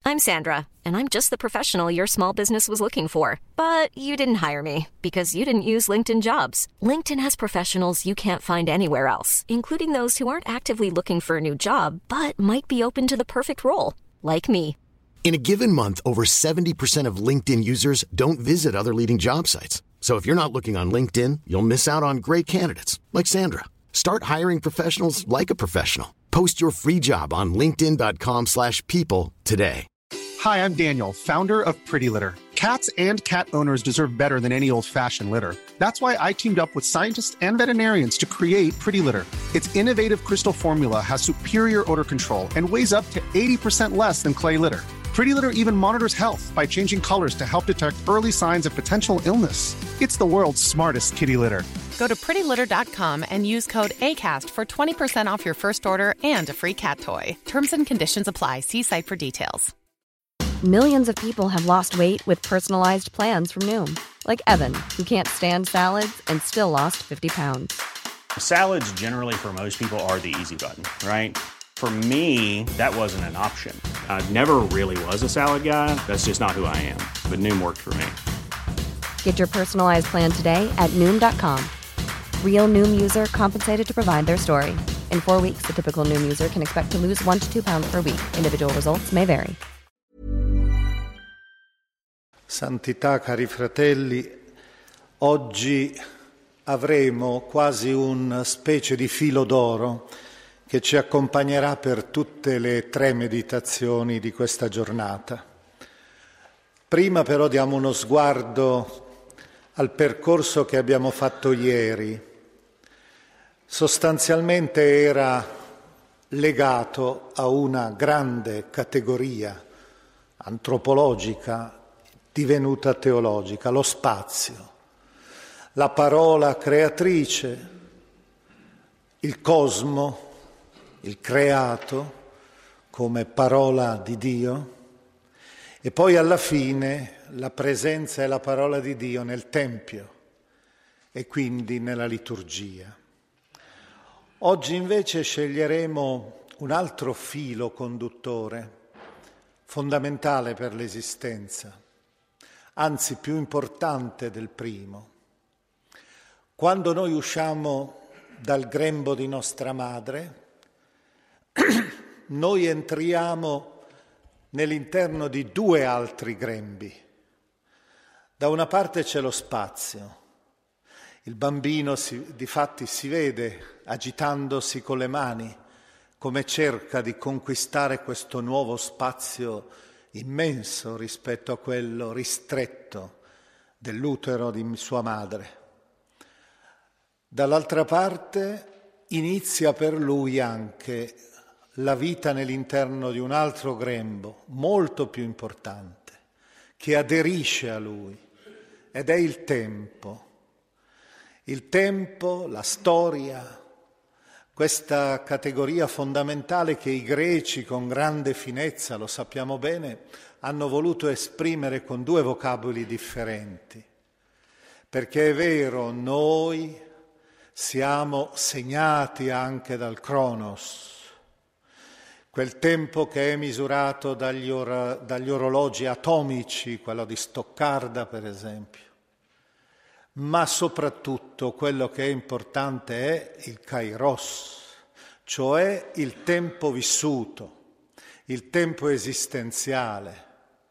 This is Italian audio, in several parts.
I'm Sandra, and I'm just the professional your small business was looking for. But you didn't hire me because you didn't use LinkedIn Jobs. LinkedIn has professionals you can't find anywhere else, including those who aren't actively looking for a new job, but might be open to the perfect role, like me. In a given month, over 70% of LinkedIn users don't visit other leading job sites. So if you're not looking on LinkedIn, you'll miss out on great candidates like Sandra. Start hiring professionals like a professional. Post your free job on linkedin.com/people today. Hi, I'm Daniel, founder of Pretty Litter. Cats and cat owners deserve better than any old-fashioned litter. That's why I teamed up with scientists and veterinarians to create Pretty Litter. Its innovative crystal formula has superior odor control and weighs up to 80% less than clay litter. Pretty Litter even monitors health by changing colors to help detect early signs of potential illness. It's the world's smartest kitty litter. Go to prettylitter.com and use code ACAST for 20% off your first order and a free cat toy. Terms and conditions apply. See site for details. Millions of people have lost weight with personalized plans from Noom. Like Evan, who can't stand salads and still lost 50 pounds. Salads generally for most people are the easy button, right? For me, that wasn't an option. I never really was a salad guy. That's just not who I am. But Noom worked for me. Get your personalized plan today at Noom.com. Real Noom user compensated to provide their story. In 4 weeks, the typical Noom user can expect to lose 1 to 2 pounds per week. Individual results may vary. Santità, cari fratelli, oggi avremo quasi una specie di filo d'oro che ci accompagnerà per tutte le 3 meditazioni di questa giornata. Prima però diamo uno sguardo al percorso che abbiamo fatto ieri. Sostanzialmente era legato a una grande categoria antropologica divenuta teologica, lo spazio, la parola creatrice, il cosmo, il creato come parola di Dio e poi alla fine la presenza e la parola di Dio nel Tempio e quindi nella liturgia. Oggi invece sceglieremo un altro filo conduttore fondamentale per l'esistenza, anzi più importante del primo. Quando noi usciamo dal grembo di nostra madre, noi entriamo nell'interno di 2 altri grembi. Da una parte c'è lo spazio. Il bambino difatti si vede agitandosi con le mani come cerca di conquistare questo nuovo spazio immenso rispetto a quello ristretto dell'utero di sua madre. Dall'altra parte inizia per lui anche la vita nell'interno di un altro grembo, molto più importante, che aderisce a lui, ed è il tempo. Il tempo, la storia, questa categoria fondamentale che i greci con grande finezza, lo sappiamo bene, hanno voluto esprimere con 2 vocaboli differenti. Perché è vero, noi siamo segnati anche dal Cronos, quel tempo che è misurato dagli orologi atomici, quello di Stoccarda per esempio, ma soprattutto quello che è importante è il kairos, cioè il tempo vissuto, il tempo esistenziale.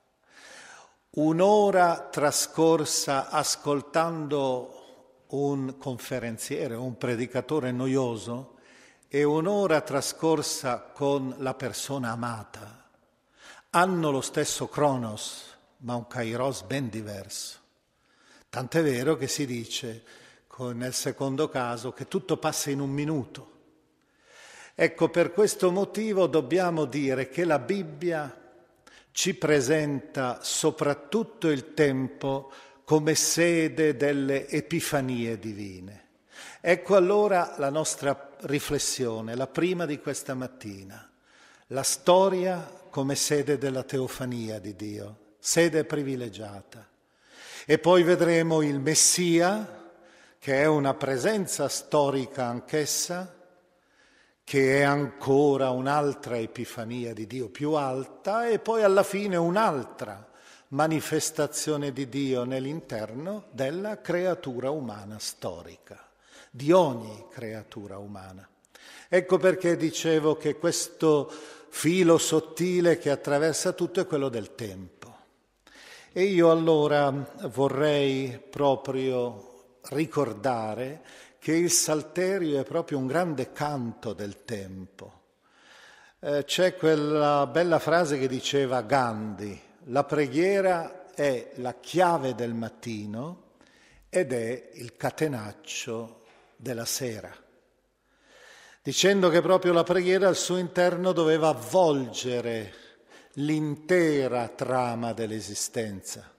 Un'ora trascorsa ascoltando un conferenziere, un predicatore noioso, e un'ora trascorsa con la persona amata hanno lo stesso Cronos, ma un kairos ben diverso. Tant'è vero che si dice, nel secondo caso, che tutto passa in 1 minuto. Ecco, per questo motivo dobbiamo dire che la Bibbia ci presenta soprattutto il tempo come sede delle epifanie divine. Ecco allora la nostra riflessione, la prima di questa mattina. La storia come sede della teofania di Dio, sede privilegiata. E poi vedremo il Messia, che è una presenza storica anch'essa, che è ancora un'altra epifania di Dio più alta, e poi alla fine un'altra manifestazione di Dio nell'interno della creatura umana storica, di ogni creatura umana. Ecco perché dicevo che questo filo sottile che attraversa tutto è quello del tempo. E io allora vorrei proprio ricordare che il Salterio è proprio un grande canto del tempo. C'è quella bella frase che diceva Gandhi: la preghiera è la chiave del mattino ed è il catenaccio della sera, dicendo che proprio la preghiera al suo interno doveva avvolgere l'intera trama dell'esistenza.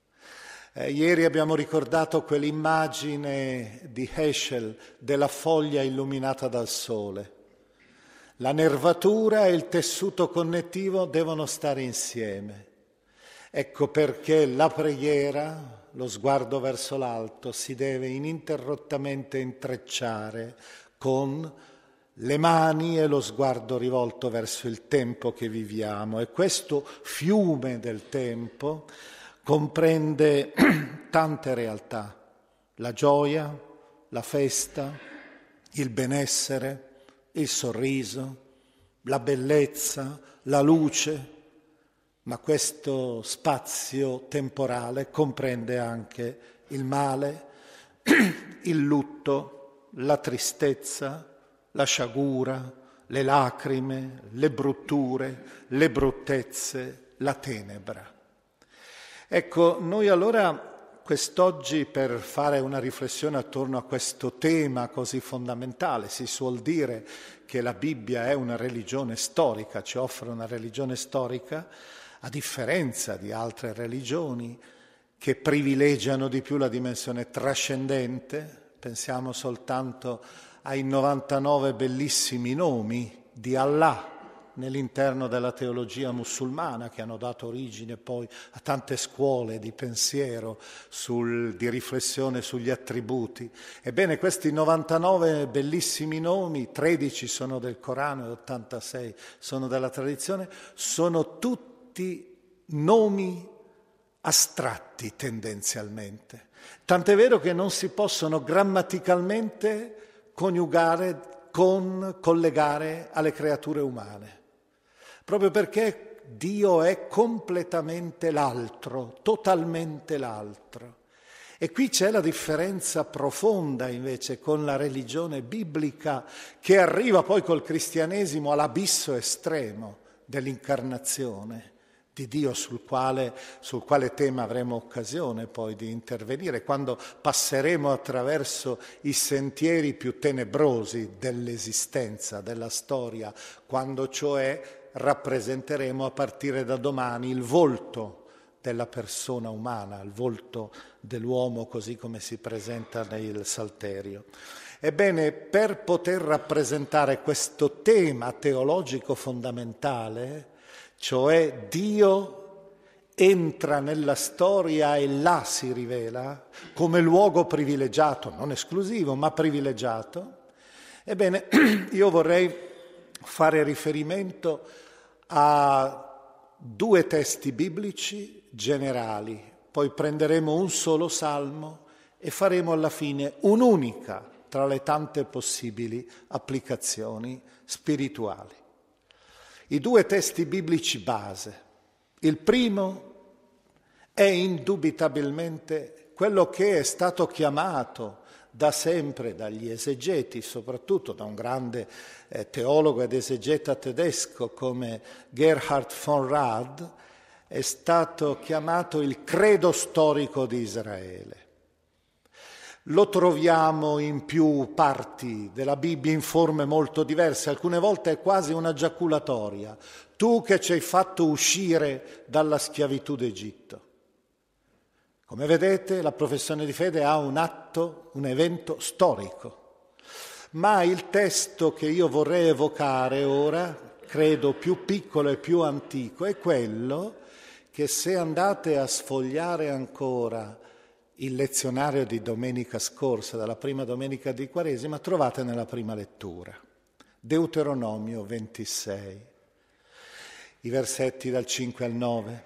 Ieri abbiamo ricordato quell'immagine di Heschel della foglia illuminata dal sole. La nervatura e il tessuto connettivo devono stare insieme. Ecco perché la preghiera, lo sguardo verso l'alto, si deve ininterrottamente intrecciare con le mani e lo sguardo rivolto verso il tempo che viviamo. E questo fiume del tempo comprende tante realtà: la gioia, la festa, il benessere, il sorriso, la bellezza, la luce, ma questo spazio temporale comprende anche il male, il lutto, la tristezza, la sciagura, le lacrime, le brutture, le bruttezze, la tenebra. Ecco, noi allora quest'oggi, per fare una riflessione attorno a questo tema così fondamentale, si suol dire che la Bibbia è una religione storica, ci offre una religione storica, a differenza di altre religioni che privilegiano di più la dimensione trascendente. Pensiamo soltanto ai 99 bellissimi nomi di Allah nell'interno della teologia musulmana, che hanno dato origine poi a tante scuole di pensiero di riflessione sugli attributi. Ebbene, questi 99 bellissimi nomi, 13 sono del Corano e 86 sono della tradizione, sono tutti nomi astratti tendenzialmente. Tant'è vero che non si possono grammaticalmente collegare alle creature umane, proprio perché Dio è completamente l'altro, totalmente l'altro. E qui c'è la differenza profonda invece con la religione biblica, che arriva poi col cristianesimo all'abisso estremo dell'incarnazione di Dio, sul quale tema avremo occasione poi di intervenire quando passeremo attraverso i sentieri più tenebrosi dell'esistenza, della storia, quando cioè rappresenteremo a partire da domani il volto della persona umana, il volto dell'uomo così come si presenta nel Salterio. Ebbene, per poter rappresentare questo tema teologico fondamentale, cioè Dio entra nella storia e là si rivela come luogo privilegiato, non esclusivo ma privilegiato, ebbene io vorrei fare riferimento a 2 testi biblici generali, poi prenderemo un solo salmo e faremo alla fine un'unica tra le tante possibili applicazioni spirituali. I 2 testi biblici base. Il primo è indubitabilmente quello che è stato chiamato da sempre dagli esegeti, soprattutto da un grande teologo ed esegeta tedesco come Gerhard von Rad, è stato chiamato il credo storico di Israele. Lo troviamo in più parti della Bibbia in forme molto diverse, alcune volte è quasi una giaculatoria. Tu che ci hai fatto uscire dalla schiavitù d'Egitto. Come vedete, la professione di fede ha un evento storico. Ma il testo che io vorrei evocare ora, credo più piccolo e più antico, è quello che, se andate a sfogliare ancora il lezionario di domenica scorsa, dalla prima domenica di Quaresima, trovate nella prima lettura. Deuteronomio 26, i versetti dal 5 al 9.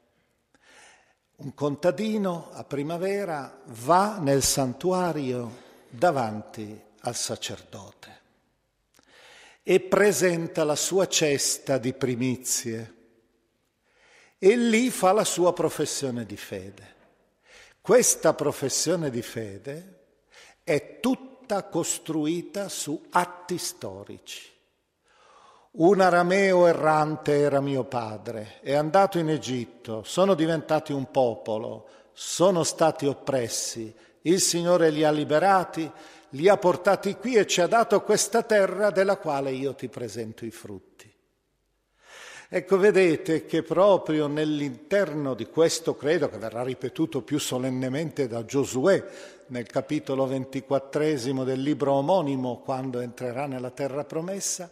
Un contadino a primavera va nel santuario davanti al sacerdote e presenta la sua cesta di primizie e lì fa la sua professione di fede. Questa professione di fede è tutta costruita su atti storici. Un arameo errante era mio padre, è andato in Egitto, sono diventati un popolo, sono stati oppressi, il Signore li ha liberati, li ha portati qui e ci ha dato questa terra della quale io ti presento i frutti. Ecco, vedete che proprio nell'interno di questo credo, che verrà ripetuto più solennemente da Giosuè nel capitolo 24 del libro omonimo, quando entrerà nella terra promessa,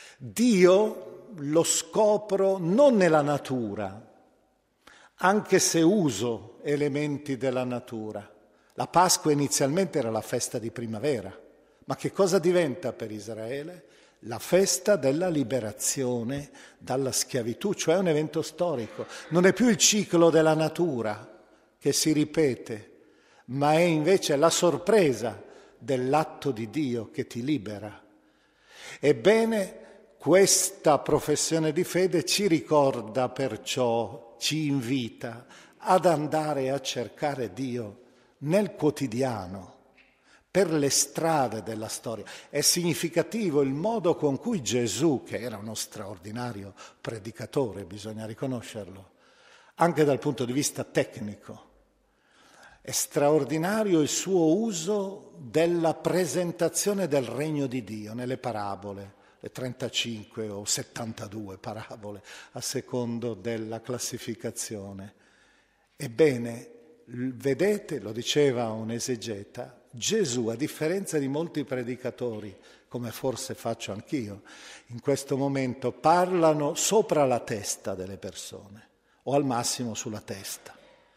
Dio lo scopro non nella natura, anche se uso elementi della natura. La Pasqua inizialmente era la festa di primavera, ma che cosa diventa per Israele? La festa della liberazione dalla schiavitù, cioè un evento storico. Non è più il ciclo della natura che si ripete, ma è invece la sorpresa dell'atto di Dio che ti libera. Ebbene, questa professione di fede ci ricorda perciò, ci invita ad andare a cercare Dio nel quotidiano, per le strade della storia. È significativo il modo con cui Gesù, che era uno straordinario predicatore, bisogna riconoscerlo, anche dal punto di vista tecnico, è straordinario il suo uso della presentazione del regno di Dio nelle parabole, le 35 o 72 parabole, a secondo della classificazione. Ebbene, vedete, lo diceva un esegeta, Gesù, a differenza di molti predicatori, come forse faccio anch'io, in questo momento parlano sopra la testa delle persone, o al massimo sulla testa.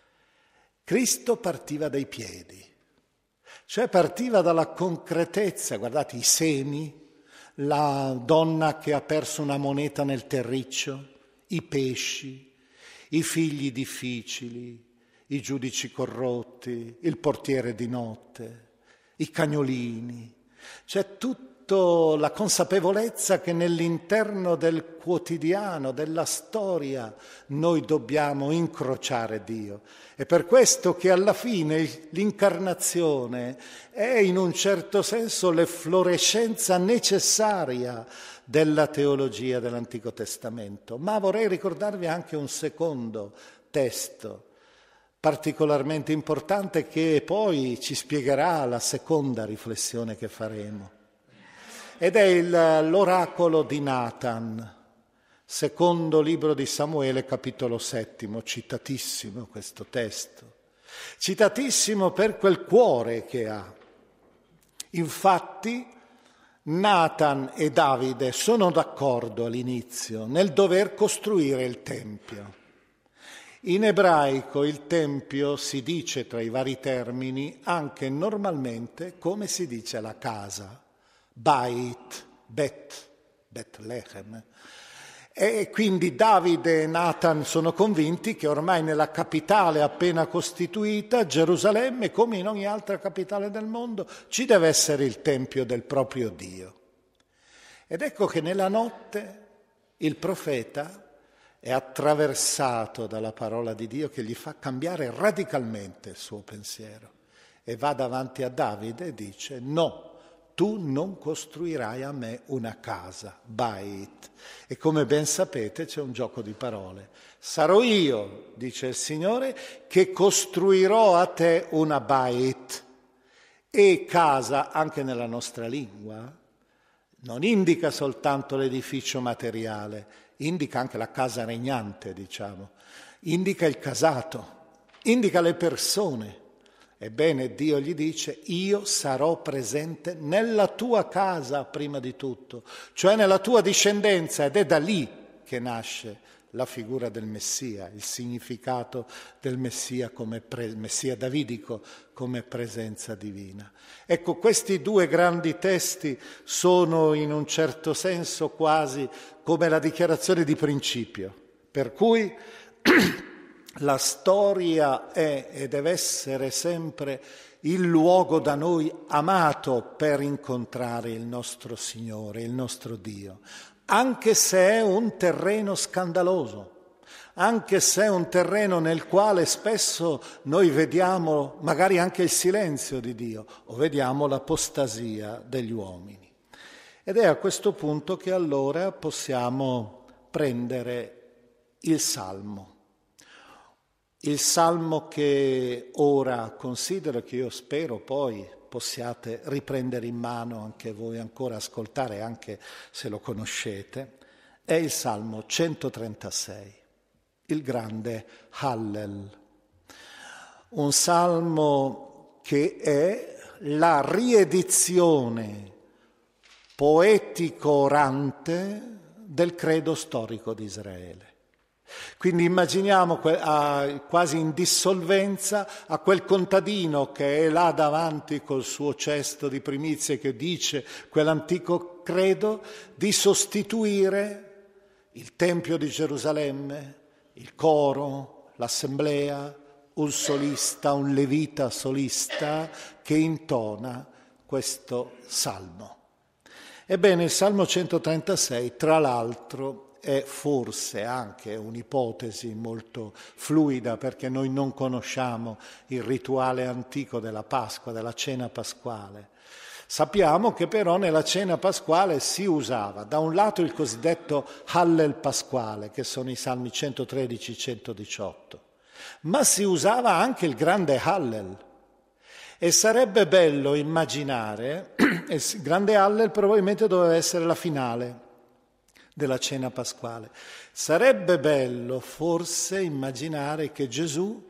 Cristo partiva dai piedi, cioè partiva dalla concretezza, guardate i semi, la donna che ha perso una moneta nel terriccio, i pesci, i figli difficili, i giudici corrotti, il portiere di notte, i cagnolini. C'è tutta la consapevolezza che nell'interno del quotidiano, della storia, noi dobbiamo incrociare Dio. È per questo che alla fine l'incarnazione è in un certo senso l'efflorescenza necessaria della teologia dell'Antico Testamento. Ma vorrei ricordarvi anche un secondo testo particolarmente importante che poi ci spiegherà la seconda riflessione che faremo. Ed è l'oracolo di Natan, secondo libro di Samuele, capitolo 7, citatissimo questo testo, citatissimo per quel cuore che ha. Infatti Natan e Davide sono d'accordo all'inizio nel dover costruire il Tempio. In ebraico il Tempio si dice tra i vari termini anche normalmente come si dice la casa, Bait, Betlehem. E quindi Davide e Natan sono convinti che ormai nella capitale appena costituita, Gerusalemme, come in ogni altra capitale del mondo, ci deve essere il Tempio del proprio Dio. Ed ecco che nella notte il profeta è attraversato dalla parola di Dio che gli fa cambiare radicalmente il suo pensiero e va davanti a Davide e dice: no, tu non costruirai a me una casa, Bait. E come ben sapete c'è un gioco di parole. Sarò io, dice il Signore, che costruirò a te una Bait. E casa, anche nella nostra lingua, non indica soltanto l'edificio materiale, indica anche la casa regnante, diciamo, indica il casato, indica le persone. Ebbene, Dio gli dice: io sarò presente nella tua casa prima di tutto, cioè nella tua discendenza, ed è da lì che nasce la figura del Messia, il significato del Messia come Messia davidico come presenza divina. Ecco, questi due grandi testi sono in un certo senso quasi come la dichiarazione di principio, per cui la storia è e deve essere sempre il luogo da noi amato per incontrare il nostro Signore, il nostro Dio, anche se è un terreno scandaloso, anche se è un terreno nel quale spesso noi vediamo magari anche il silenzio di Dio o vediamo l'apostasia degli uomini. Ed è a questo punto che allora possiamo prendere il Salmo. Il Salmo che ora considero, che io spero poi possiate riprendere in mano anche voi, ancora ascoltare, anche se lo conoscete, è il Salmo 136, il grande Hallel. Un salmo che è la riedizione poetico-orante del credo storico di Israele. Quindi immaginiamo quasi in dissolvenza a quel contadino che è là davanti col suo cesto di primizie che dice quell'antico credo, di sostituire il Tempio di Gerusalemme, il coro, l'assemblea, un solista, un levita solista che intona questo salmo. Ebbene, il Salmo 136, tra l'altro, è forse anche un'ipotesi molto fluida, perché noi non conosciamo il rituale antico della Pasqua, della cena pasquale. Sappiamo che però nella cena pasquale si usava da un lato il cosiddetto Hallel pasquale, che sono i salmi 113 e 118, ma si usava anche il grande Hallel. E sarebbe bello immaginare, il grande Hallel probabilmente doveva essere la finale della cena pasquale. Sarebbe bello forse immaginare che Gesù,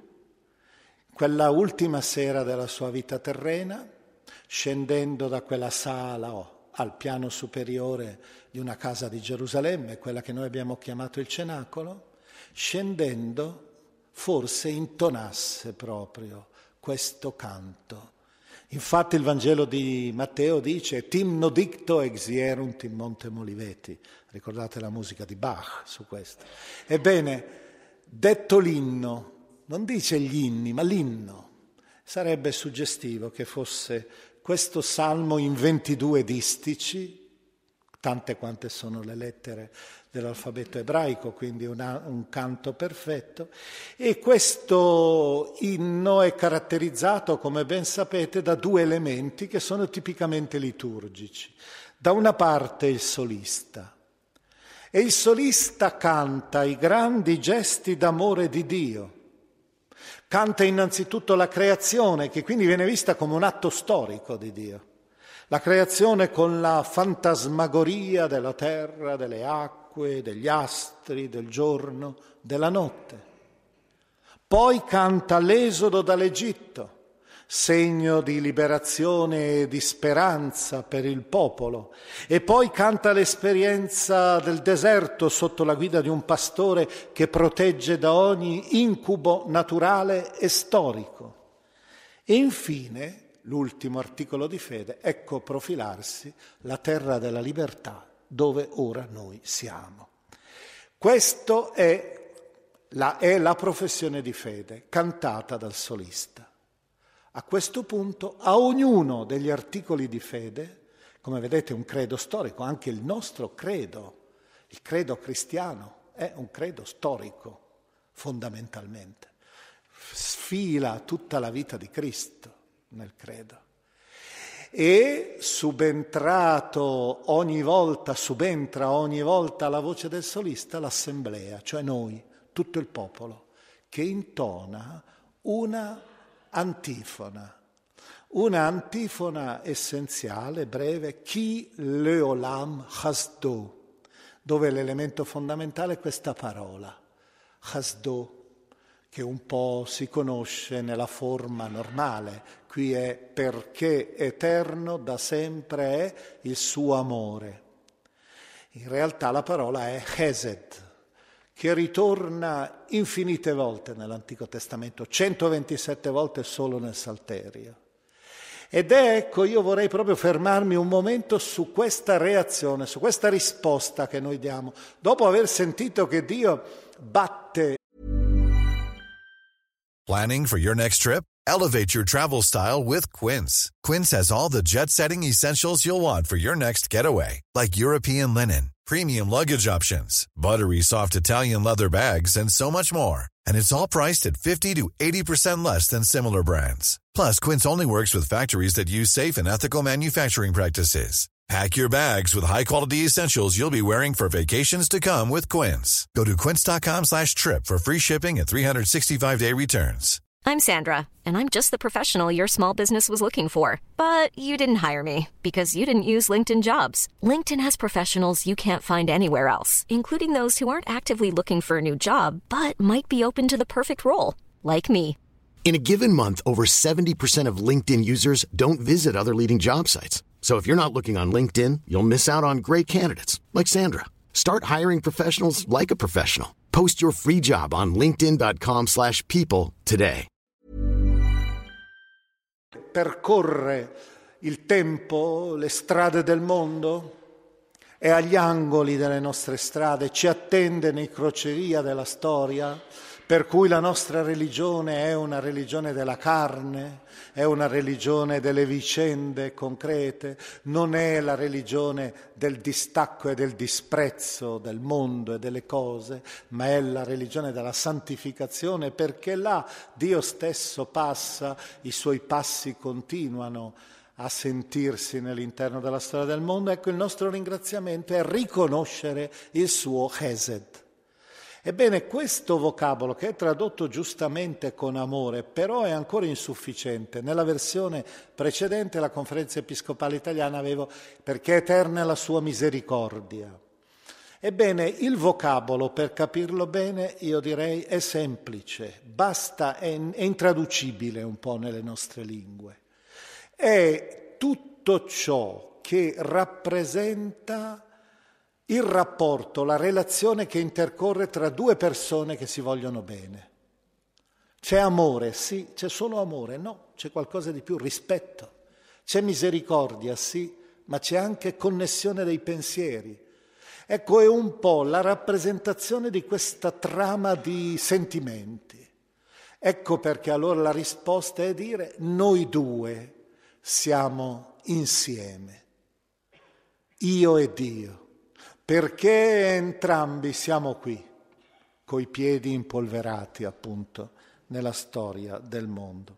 quella ultima sera della sua vita terrena, scendendo da quella sala al piano superiore di una casa di Gerusalemme, quella che noi abbiamo chiamato il cenacolo, scendendo forse intonasse proprio questo canto. Infatti il Vangelo di Matteo dice «Timno dicto exierunt in monte Moliveti». Ricordate la musica di Bach su questo. Ebbene, detto l'inno, non dice gli inni, ma l'inno. Sarebbe suggestivo che fosse questo salmo in 22 distici, tante quante sono le lettere dell'alfabeto ebraico, quindi un canto perfetto, e questo inno è caratterizzato, come ben sapete, da due elementi che sono tipicamente liturgici. Da una parte il solista, e il solista canta i grandi gesti d'amore di Dio. Canta innanzitutto la creazione, che quindi viene vista come un atto storico di Dio. La creazione con la fantasmagoria della terra, delle acque, degli astri, del giorno, della notte. Poi canta l'esodo dall'Egitto, segno di liberazione e di speranza per il popolo. E poi canta l'esperienza del deserto sotto la guida di un pastore che protegge da ogni incubo naturale e storico. E infine, l'ultimo articolo di fede, ecco profilarsi la terra della libertà dove ora noi siamo. Questo è la professione di fede cantata dal solista. A questo punto, a ognuno degli articoli di fede, come vedete un credo storico, anche il nostro credo, il credo cristiano, è un credo storico, fondamentalmente. Sfila tutta la vita di Cristo nel credo. E subentra ogni volta alla voce del solista l'assemblea, cioè noi, tutto il popolo, che intona una antifona essenziale, breve, Ki leolam chasdo, dove l'elemento fondamentale è questa parola, chasdo, che un po' si conosce nella forma normale. Qui è perché eterno da sempre è il suo amore. In realtà la parola è chesed, che ritorna infinite volte nell'Antico Testamento, 127 volte solo nel Salterio. Ed ecco, io vorrei proprio fermarmi un momento su questa reazione, su questa risposta che noi diamo, dopo aver sentito che Dio batte. Planning for your next trip? Elevate your travel style with Quince. Quince has all the jet-setting essentials you'll want for your next getaway, like European linen, premium luggage options, buttery soft Italian leather bags, and so much more. And it's all priced at 50 to 80% less than similar brands. Plus, Quince only works with factories that use safe and ethical manufacturing practices. Pack your bags with high-quality essentials you'll be wearing for vacations to come with Quince. Go to quince.com/trip for free shipping and 365-day returns. I'm Sandra, and I'm just the professional your small business was looking for. But you didn't hire me because you didn't use LinkedIn Jobs. LinkedIn has professionals you can't find anywhere else, including those who aren't actively looking for a new job, but might be open to the perfect role, like me. In a given month, over 70% of LinkedIn users don't visit other leading job sites. So if you're not looking on LinkedIn, you'll miss out on great candidates like Sandra. Start hiring professionals like a professional. Post your free job on linkedin.com/people today. Percorre il tempo, le strade del mondo, è agli angoli delle nostre strade, ci attende nei crocevia della storia, per cui la nostra religione è una religione della carne, è una religione delle vicende concrete, non è la religione del distacco e del disprezzo del mondo e delle cose, ma è la religione della santificazione, perché là Dio stesso passa, i suoi passi continuano a sentirsi nell'interno della storia del mondo. Ecco, il nostro ringraziamento è riconoscere il suo Chesed. Ebbene, questo vocabolo, che è tradotto giustamente con amore, però è ancora insufficiente. Nella versione precedente la Conferenza Episcopale Italiana avevo "perché eterna è la sua misericordia". Ebbene, il vocabolo, per capirlo bene, io direi è semplice, basta, è intraducibile un po' nelle nostre lingue. È tutto ciò che rappresenta il rapporto, la relazione che intercorre tra due persone che si vogliono bene. C'è amore, sì, c'è solo amore, no, c'è qualcosa di più, rispetto. C'è misericordia, sì, ma c'è anche connessione dei pensieri. Ecco, è un po' la rappresentazione di questa trama di sentimenti. Ecco perché allora la risposta è dire: noi due siamo insieme, io e Dio. Perché entrambi siamo qui, coi piedi impolverati appunto nella storia del mondo.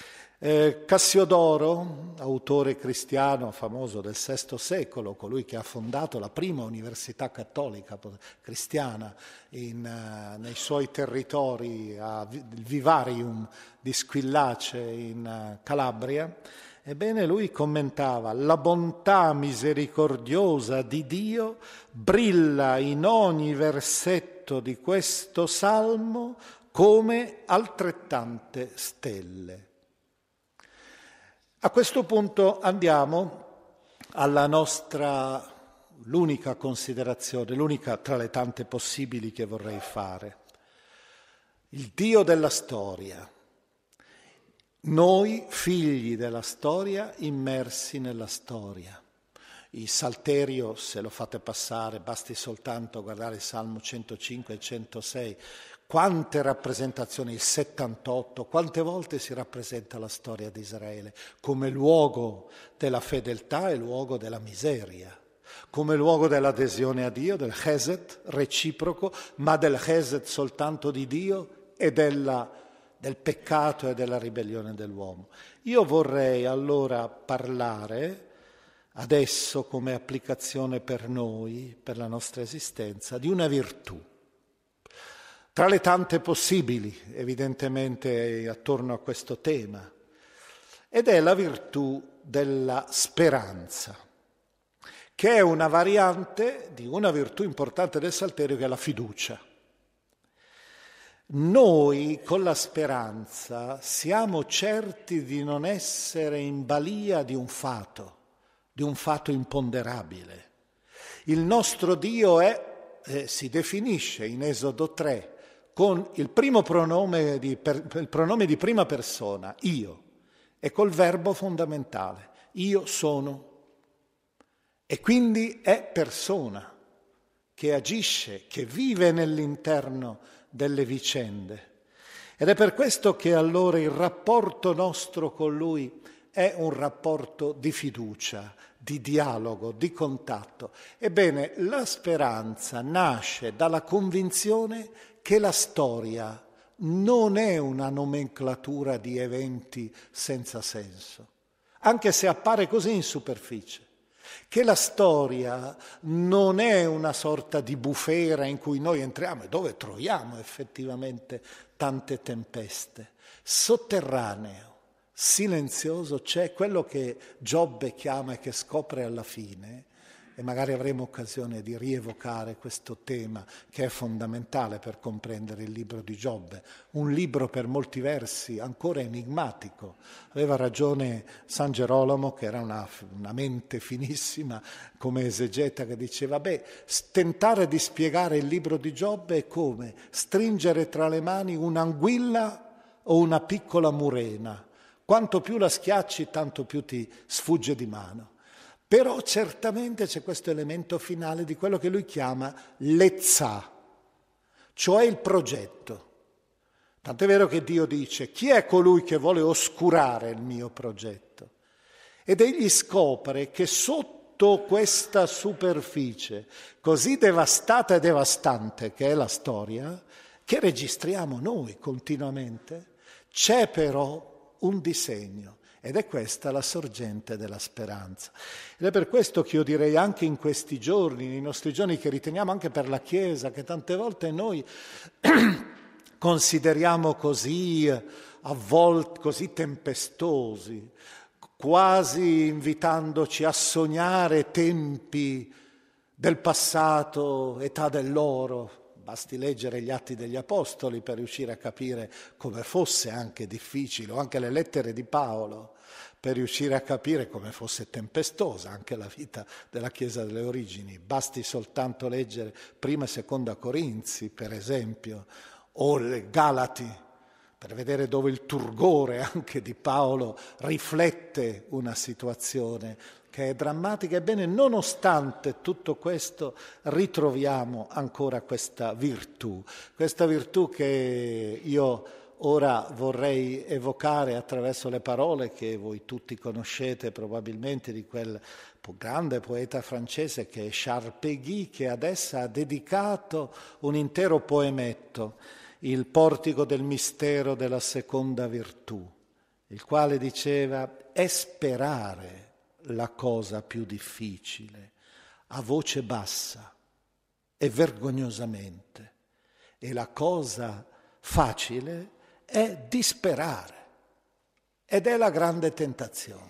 Cassiodoro, autore cristiano famoso del VI secolo, colui che ha fondato la prima università cattolica cristiana nei suoi territori, il Vivarium di Squillace in Calabria, ebbene lui commentava: la bontà misericordiosa di Dio brilla in ogni versetto di questo salmo come altrettante stelle. A questo punto andiamo alla l'unica considerazione, l'unica tra le tante possibili che vorrei fare. Il Dio della storia. Noi, figli della storia, immersi nella storia. Il Salterio, se lo fate passare, basti soltanto guardare il Salmo 105 e 106, quante rappresentazioni, il 78, quante volte si rappresenta la storia di Israele come luogo della fedeltà e luogo della miseria, come luogo dell'adesione a Dio, del Chesed reciproco, ma del Chesed soltanto di Dio e del peccato e della ribellione dell'uomo. Io vorrei allora parlare adesso, come applicazione per noi, per la nostra esistenza, di una virtù. Tra le tante possibili, evidentemente, attorno a questo tema, ed è la virtù della speranza, che è una variante di una virtù importante del Salterio, che è la fiducia. Noi con la speranza siamo certi di non essere in balia di un fato imponderabile. Il nostro Dio è si definisce in Esodo 3 con il primo pronome il pronome di prima persona, io, e col verbo fondamentale, io sono. E quindi è persona che agisce, che vive nell'interno delle vicende. Ed è per questo che allora il rapporto nostro con Lui è un rapporto di fiducia, di dialogo, di contatto. Ebbene, la speranza nasce dalla convinzione che la storia non è una nomenclatura di eventi senza senso, anche se appare così in superficie. Che la storia non è una sorta di bufera in cui noi entriamo e dove troviamo effettivamente tante tempeste. Sotterraneo, silenzioso, c'è quello che Giobbe chiama e che scopre alla fine, e magari avremo occasione di rievocare questo tema che è fondamentale per comprendere il libro di Giobbe, un libro per molti versi ancora enigmatico. Aveva ragione San Gerolamo, che era una mente finissima come esegeta, che diceva, tentare di spiegare il libro di Giobbe è come stringere tra le mani un'anguilla o una piccola murena. Quanto più la schiacci, tanto più ti sfugge di mano. Però certamente c'è questo elemento finale di quello che lui chiama l'ezzà, cioè il progetto. Tant'è vero che Dio dice, chi è colui che vuole oscurare il mio progetto? Ed egli scopre che sotto questa superficie così devastata e devastante che è la storia, che registriamo noi continuamente, c'è però un disegno. Ed è questa la sorgente della speranza. Ed è per questo che io direi anche in questi giorni, nei nostri giorni che riteniamo anche per la Chiesa, che tante volte noi consideriamo così, a volte così tempestosi, quasi invitandoci a sognare tempi del passato, età dell'oro. Basti leggere gli Atti degli Apostoli per riuscire a capire come fosse anche difficile, o anche le lettere di Paolo, per riuscire a capire come fosse tempestosa anche la vita della Chiesa delle origini. Basti soltanto leggere Prima e Seconda Corinzi, per esempio, o le Galati, per vedere dove il turgore anche di Paolo riflette una situazione che è drammatica. Ebbene, nonostante tutto questo, ritroviamo ancora questa virtù che io ora vorrei evocare attraverso le parole che voi tutti conoscete probabilmente di quel grande poeta francese che è Charles Péguy, che ad essa ha dedicato un intero poemetto, Il portico del mistero della seconda virtù, il quale diceva: è sperare la cosa più difficile, a voce bassa e vergognosamente, e la cosa facile è disperare, ed è la grande tentazione.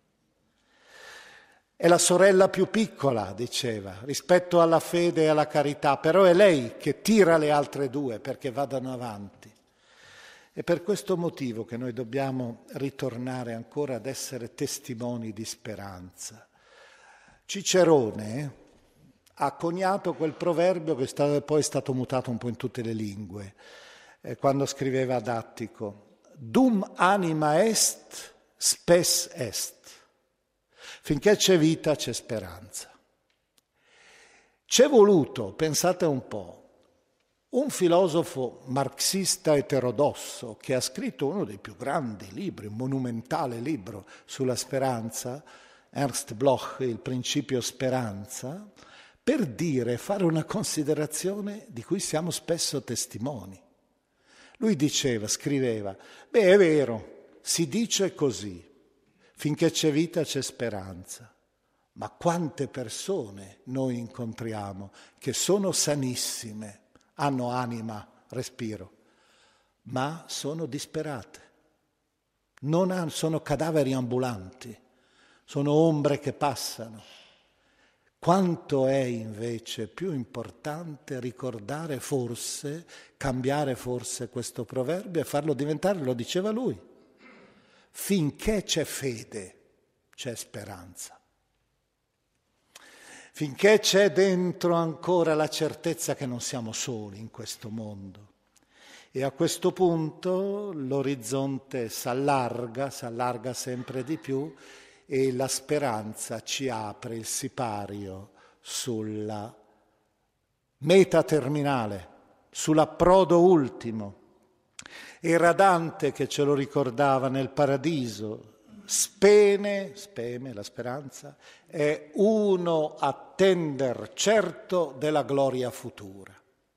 È la sorella più piccola, diceva, rispetto alla fede e alla carità, però è lei che tira le altre due perché vadano avanti. È per questo motivo che noi dobbiamo ritornare ancora ad essere testimoni di speranza. Cicerone ha coniato quel proverbio che poi è stato mutato un po' in tutte le lingue, quando scriveva ad Attico: dum anima est, spes est. Finché c'è vita c'è speranza. C'è voluto, pensate un po', un filosofo marxista eterodosso che ha scritto uno dei più grandi libri, un monumentale libro sulla speranza, Ernst Bloch, Il principio speranza, per fare una considerazione di cui siamo spesso testimoni. Lui scriveva, è vero, si dice così, finché c'è vita c'è speranza, ma quante persone noi incontriamo che sono sanissime, hanno anima, respiro, ma sono disperate, sono cadaveri ambulanti, sono ombre che passano. Quanto è invece più importante ricordare cambiare forse questo proverbio e farlo diventare, lo diceva lui, finché c'è fede c'è speranza. finché c'è dentro ancora la certezza che non siamo soli in questo mondo. E a questo punto l'orizzonte s'allarga sempre di più e la speranza ci apre il sipario sulla meta terminale, sull'approdo ultimo. Era Dante che ce lo ricordava nel Paradiso. Speme, la speranza, è uno attender certo della gloria futura.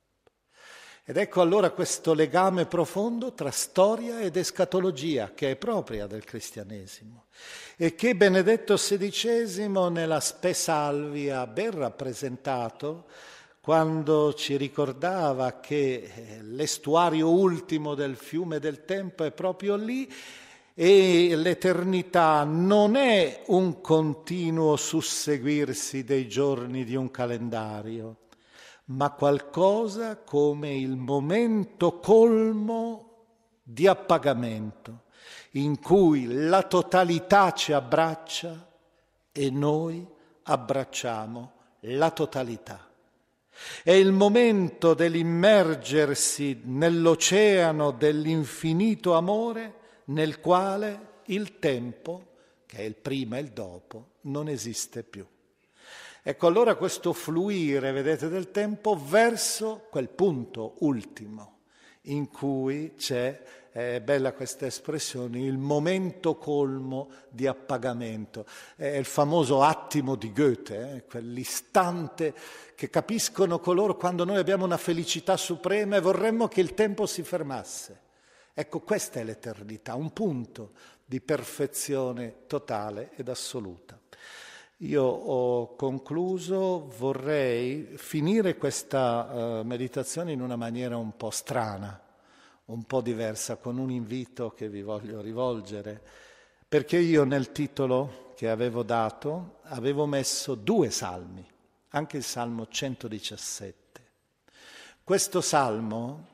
Ed ecco allora questo legame profondo tra storia ed escatologia che è propria del cristianesimo e che Benedetto XVI nella Spe Salvi ha ben rappresentato quando ci ricordava che l'estuario ultimo del fiume del tempo è proprio lì e l'eternità non è un continuo susseguirsi dei giorni di un calendario, ma qualcosa come il momento colmo di appagamento, in cui la totalità ci abbraccia e noi abbracciamo la totalità. È il momento dell'immergersi nell'oceano dell'infinito amore nel quale il tempo, che è il prima e il dopo, non esiste più. Ecco allora questo fluire, vedete, del tempo verso quel punto ultimo in cui c'è, è bella questa espressione, il momento colmo di appagamento. È il famoso attimo di Goethe, quell'istante che capiscono coloro quando noi abbiamo una felicità suprema e vorremmo che il tempo si fermasse. Ecco, questa è l'eternità, un punto di perfezione totale ed assoluta. Io ho concluso, vorrei finire questa meditazione in una maniera un po' strana, un po' diversa, con un invito che vi voglio rivolgere, perché io nel titolo che avevo dato avevo messo 2 salmi, anche il Salmo 117. Questo salmo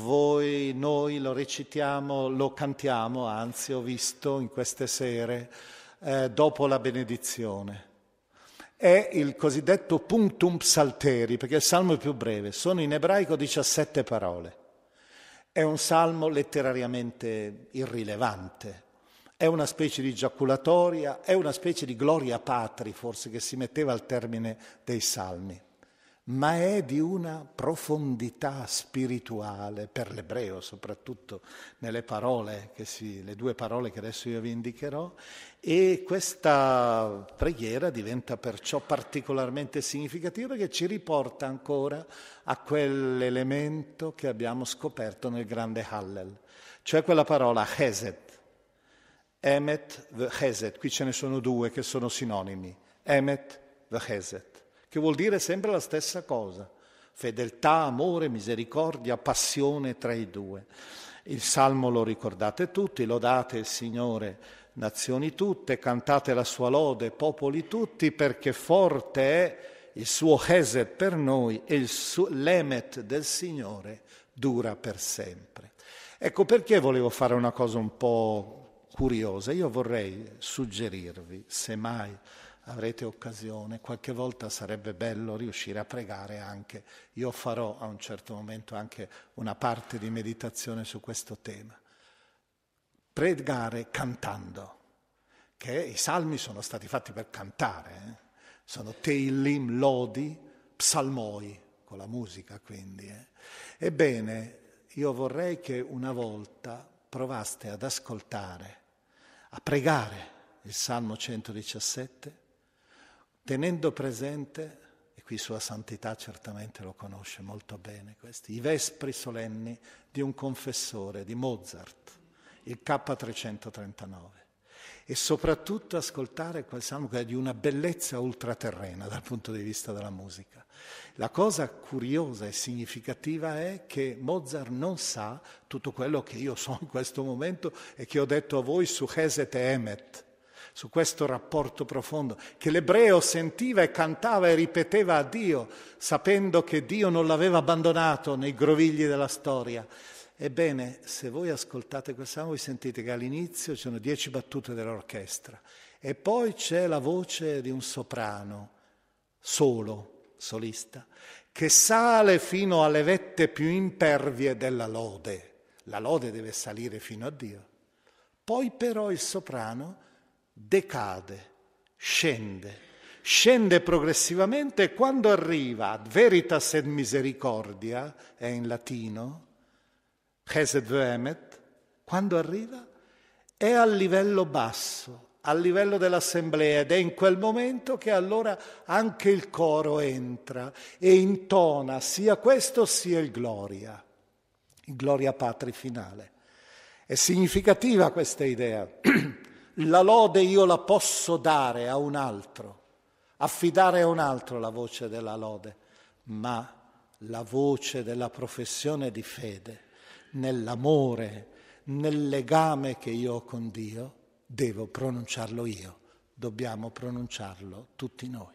noi lo recitiamo, lo cantiamo, anzi ho visto in queste sere, dopo la benedizione. È il cosiddetto punctum psalteri, perché il salmo è più breve, sono in ebraico 17 parole. È un salmo letterariamente irrilevante, è una specie di giaculatoria, è una specie di gloria patri forse che si metteva al termine dei salmi, ma è di una profondità spirituale per l'ebreo, soprattutto nelle parole, le 2 parole che adesso io vi indicherò, e questa preghiera diventa perciò particolarmente significativa perché ci riporta ancora a quell'elemento che abbiamo scoperto nel grande Hallel, cioè quella parola Chesed, Emet v'Chesed, qui ce ne sono 2 che sono sinonimi, Emet v'Chesed, che vuol dire sempre la stessa cosa, fedeltà, amore, misericordia, passione tra i 2. Il Salmo lo ricordate tutti, lodate il Signore, nazioni tutte, cantate la sua lode, popoli tutti, perché forte è il suo Chesed per noi e l'Emet del Signore dura per sempre. Ecco perché volevo fare una cosa un po' curiosa. Io vorrei suggerirvi, se mai avrete occasione, qualche volta sarebbe bello riuscire a pregare anche. Io farò a un certo momento anche una parte di meditazione su questo tema. Pregare cantando, che i salmi sono stati fatti per cantare, sono Teilim, lodi, psalmoi, con la musica quindi. Ebbene, io vorrei che una volta provaste ad ascoltare, a pregare il Salmo 117, tenendo presente, e qui Sua Santità certamente lo conosce molto bene, i vespri solenni di un confessore di Mozart, il K339, e soprattutto ascoltare quel salmo che è di una bellezza ultraterrena dal punto di vista della musica. La cosa curiosa e significativa è che Mozart non sa tutto quello che io so in questo momento e che ho detto a voi su Chesed e Emet, su questo rapporto profondo, che l'ebreo sentiva e cantava e ripeteva a Dio, sapendo che Dio non l'aveva abbandonato nei grovigli della storia. Ebbene, se voi ascoltate quel salmo, voi sentite che all'inizio ci sono 10 battute dell'orchestra e poi c'è la voce di un soprano solo, solista, che sale fino alle vette più impervie della lode. La lode deve salire fino a Dio. Poi però il soprano decade, scende progressivamente e quando arriva ad veritas et misericordia, è in latino, chesed vehemet, quando arriva è al livello basso, al livello dell'assemblea, ed è in quel momento che allora anche il coro entra e intona sia questo sia il Gloria Patri finale. È significativa questa idea. La lode io la posso dare a un altro, affidare a un altro la voce della lode, ma la voce della professione di fede, nell'amore, nel legame che io ho con Dio, devo pronunciarlo io, dobbiamo pronunciarlo tutti noi.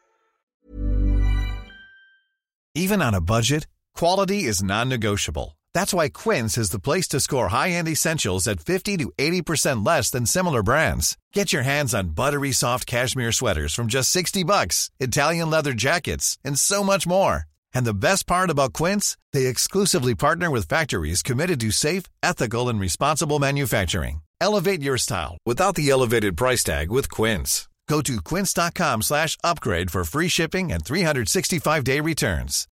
Even on a budget, quality is non-negotiable. That's why Quince is the place to score high-end essentials at 50 to 80% less than similar brands. Get your hands on buttery soft cashmere sweaters from just $60, Italian leather jackets, and so much more. And the best part about Quince, they exclusively partner with factories committed to safe, ethical, and responsible manufacturing. Elevate your style without the elevated price tag with Quince. Go to quince.com/upgrade for free shipping and 365-day returns.